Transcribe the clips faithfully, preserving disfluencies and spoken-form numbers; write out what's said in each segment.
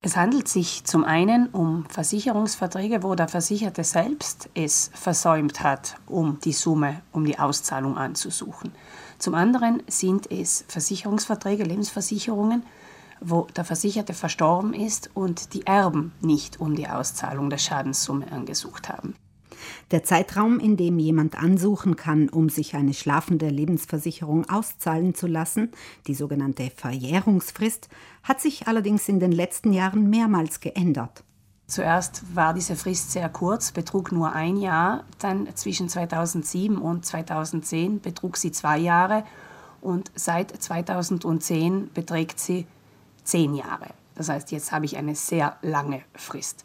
Es handelt sich zum einen um Versicherungsverträge, wo der Versicherte selbst es versäumt hat, um die Summe, um die Auszahlung anzusuchen. Zum anderen sind es Versicherungsverträge, Lebensversicherungen, wo der Versicherte verstorben ist und die Erben nicht um die Auszahlung der Schadenssumme angesucht haben. Der Zeitraum, in dem jemand ansuchen kann, um sich eine schlafende Lebensversicherung auszahlen zu lassen, die sogenannte Verjährungsfrist, hat sich allerdings in den letzten Jahren mehrmals geändert. Zuerst war diese Frist sehr kurz, betrug nur ein Jahr, dann zwischen zweitausendsieben und zweitausendzehn betrug sie zwei Jahre und seit zweitausendzehn beträgt sie zehn Jahre. Das heißt, jetzt habe ich eine sehr lange Frist.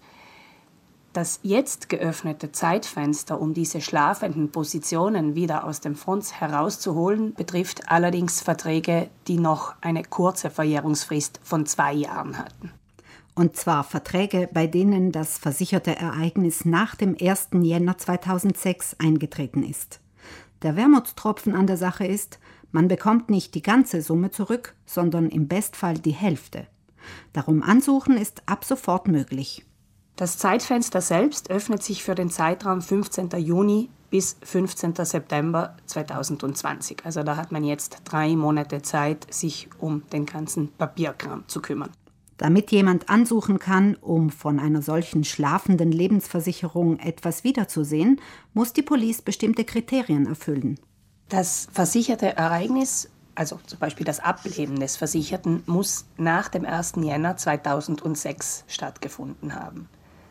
Das jetzt geöffnete Zeitfenster, um diese schlafenden Positionen wieder aus dem Fonds herauszuholen, betrifft allerdings Verträge, die noch eine kurze Verjährungsfrist von zwei Jahren hatten. Und zwar Verträge, bei denen das versicherte Ereignis nach dem ersten Jänner zweitausendsechs eingetreten ist. Der Wermutstropfen an der Sache ist, man bekommt nicht die ganze Summe zurück, sondern im Bestfall die Hälfte. Darum ansuchen ist ab sofort möglich. Das Zeitfenster selbst öffnet sich für den Zeitraum fünfzehnten Juni bis fünfzehnten September zweitausendzwanzig. Also da hat man jetzt drei Monate Zeit, sich um den ganzen Papierkram zu kümmern. Damit jemand ansuchen kann, um von einer solchen schlafenden Lebensversicherung etwas wiederzusehen, muss die Police bestimmte Kriterien erfüllen. Das versicherte Ereignis, also zum Beispiel das Ableben des Versicherten, muss nach dem ersten Jänner zweitausendsechs stattgefunden haben.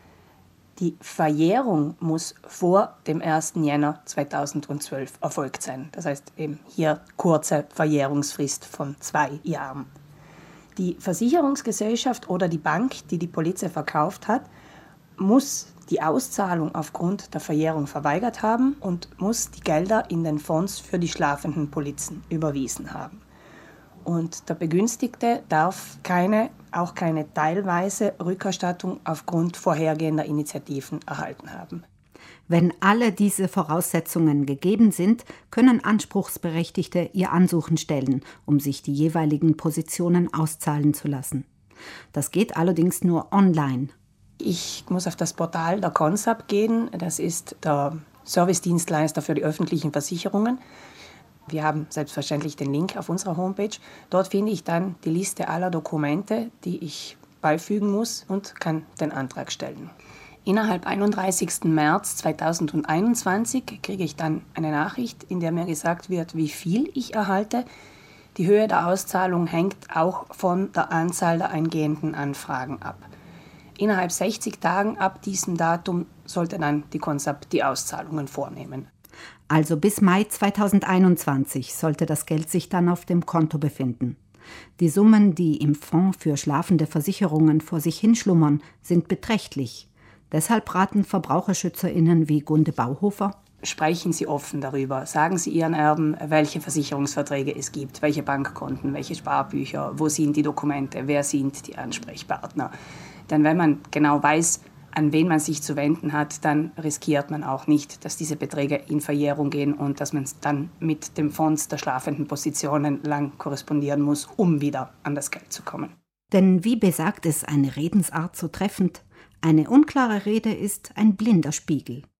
Die Verjährung muss vor dem ersten Jänner zweitausendzwölf erfolgt sein. Das heißt eben hier kurze Verjährungsfrist von zwei Jahren. Die Versicherungsgesellschaft oder die Bank, die die Police verkauft hat, muss die Auszahlung aufgrund der Verjährung verweigert haben und muss die Gelder in den Fonds für die schlafenden Polizen überwiesen haben. Und der Begünstigte darf keine, auch keine teilweise Rückerstattung aufgrund vorhergehender Initiativen erhalten haben. Wenn alle diese Voraussetzungen gegeben sind, können Anspruchsberechtigte ihr Ansuchen stellen, um sich die jeweiligen Positionen auszahlen zu lassen. Das geht allerdings nur online. Ich muss auf das Portal der Consap gehen. Das ist der Servicedienstleister für die öffentlichen Versicherungen. Wir haben selbstverständlich den Link auf unserer Homepage. Dort finde ich dann die Liste aller Dokumente, die ich beifügen muss und kann den Antrag stellen. Innerhalb einunddreißigsten März zweitausendeinundzwanzig kriege ich dann eine Nachricht, in der mir gesagt wird, wie viel ich erhalte. Die Höhe der Auszahlung hängt auch von der Anzahl der eingehenden Anfragen ab. Innerhalb sechzig Tagen ab diesem Datum sollte dann die Consap die Auszahlungen vornehmen. Also bis Mai zweitausendeinundzwanzig sollte das Geld sich dann auf dem Konto befinden. Die Summen, die im Fonds für schlafende Versicherungen vor sich hinschlummern, sind beträchtlich. Deshalb raten VerbraucherschützerInnen wie Gunde Bauhofer: Sprechen Sie offen darüber. Sagen Sie Ihren Erben, welche Versicherungsverträge es gibt, welche Bankkonten, welche Sparbücher, wo sind die Dokumente, wer sind die Ansprechpartner. Denn wenn man genau weiß, an wen man sich zu wenden hat, dann riskiert man auch nicht, dass diese Beträge in Verjährung gehen und dass man dann mit dem Fonds der schlafenden Positionen lang korrespondieren muss, um wieder an das Geld zu kommen. Denn wie besagt es eine Redensart so treffend: Eine unklare Rede ist ein blinder Spiegel.